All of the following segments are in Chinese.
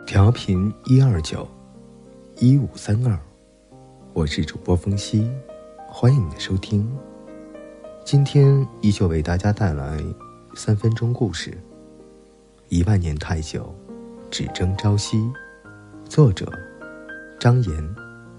调频1291532，我是主播风夕，欢迎你的收听。今天依旧为大家带来3分钟故事，10000年太久，只争朝夕。作者张岩。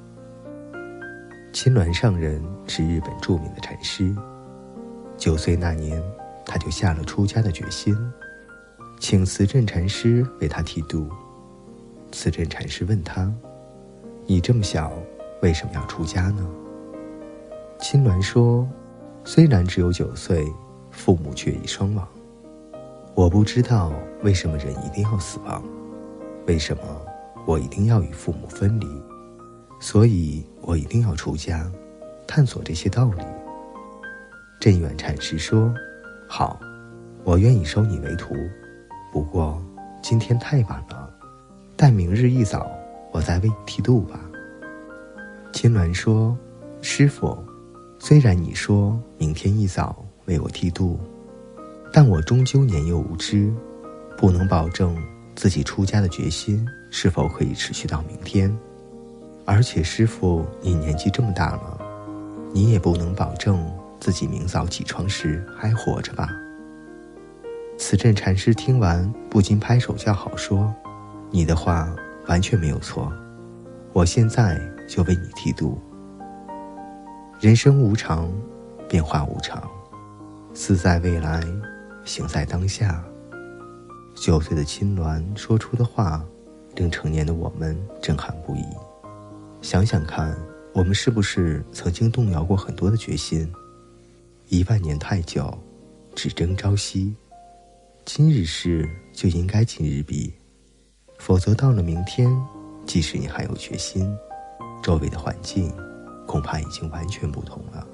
青鸾上人是日本著名的禅师，9岁那年他就下了出家的决心，请慈正禅师为他剃度。慈正禅师问他：你这么小，为什么要出家呢？青鸾说：虽然只有9岁，父母却已双亡，我不知道为什么人一定要死亡，为什么我一定要与父母分离，所以我一定要出家，探索这些道理。镇远禅师说：好，我愿意收你为徒，不过今天太晚了，待明日一早我再为你剃度吧。青鸾说：师父，虽然你说明天一早为我剃度，但我终究年幼无知，不能保证自己出家的决心是否可以持续到明天。而且师父，你年纪这么大了，你也不能保证自己明早起床时还活着吧。慈正禅师听完不禁拍手叫好，说：你的话完全没有错，我现在就为你剃度。人生无常，变化无常，思在未来，行在当下。9岁的青鸾说出的话，令成年的我们震撼不已。想想看，我们是不是曾经动摇过很多的决心？10000年太久，只争朝夕。今日事就应该今日毕，否则到了明天，即使你还有决心，周围的环境恐怕已经完全不同了。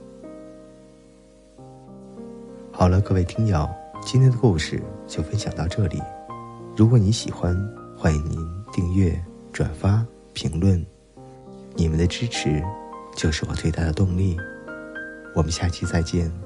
好了，各位听友，今天的故事就分享到这里。如果你喜欢，欢迎您订阅、转发、评论，你们的支持就是我最大的动力。我们下期再见。